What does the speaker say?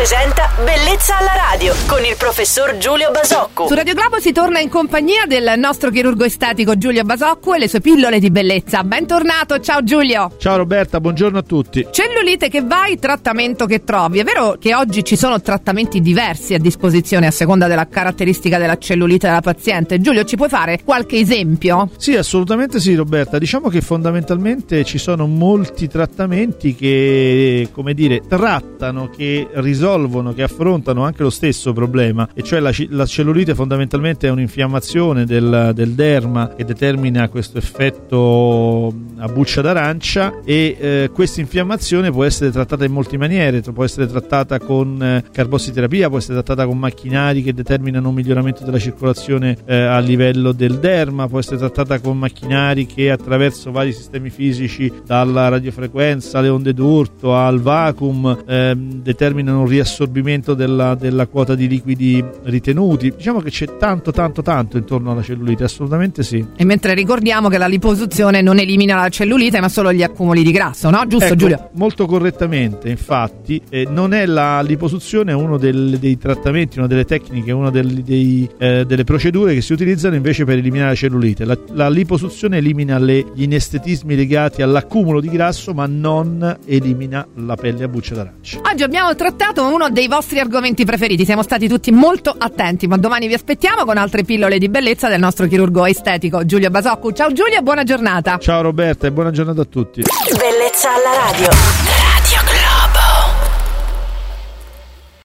presenta Bellezza alla radio con il professor Giulio Basocco. Su Radio Globo si torna in compagnia del nostro chirurgo estetico Giulio Basocco e le sue pillole di bellezza. Bentornato, ciao Giulio. Ciao Roberta, buongiorno a tutti. Cellulite che vai, trattamento che trovi. È vero che oggi ci sono trattamenti diversi a disposizione a seconda della caratteristica della cellulite della paziente. Giulio, ci puoi fare qualche esempio? Sì, assolutamente sì Roberta. Diciamo che fondamentalmente ci sono molti trattamenti che, come dire, trattano, che risolvono, che affrontano anche lo stesso problema, e cioè la cellulite fondamentalmente è un'infiammazione del derma che determina questo effetto a buccia d'arancia, e questa infiammazione può essere trattata in molte maniere. Può essere trattata con carbossiterapia, può essere trattata con macchinari che determinano un miglioramento della circolazione a livello del derma, può essere trattata con macchinari che attraverso vari sistemi fisici, dalla radiofrequenza alle onde d'urto al vacuum, determinano un riassorbimento della quota di liquidi ritenuti. Diciamo che c'è tanto intorno alla cellulite, assolutamente sì. E mentre ricordiamo che la liposuzione non elimina la cellulite ma solo gli accumuli di grasso, no? Giusto, ecco, Giulio? Molto correttamente, infatti non è la liposuzione, è uno dei trattamenti, una delle tecniche, una delle procedure che si utilizzano invece per eliminare la cellulite. La liposuzione elimina gli inestetismi legati all'accumulo di grasso, ma non elimina la pelle a buccia d'arancia. Oggi abbiamo trattato uno dei vostri argomenti preferiti, siamo stati tutti molto attenti, ma domani vi aspettiamo con altre pillole di bellezza del nostro chirurgo estetico Giulio Basocco. Ciao Giulio e buona giornata. Ciao Roberta e buona giornata a tutti. Bellezza alla radio.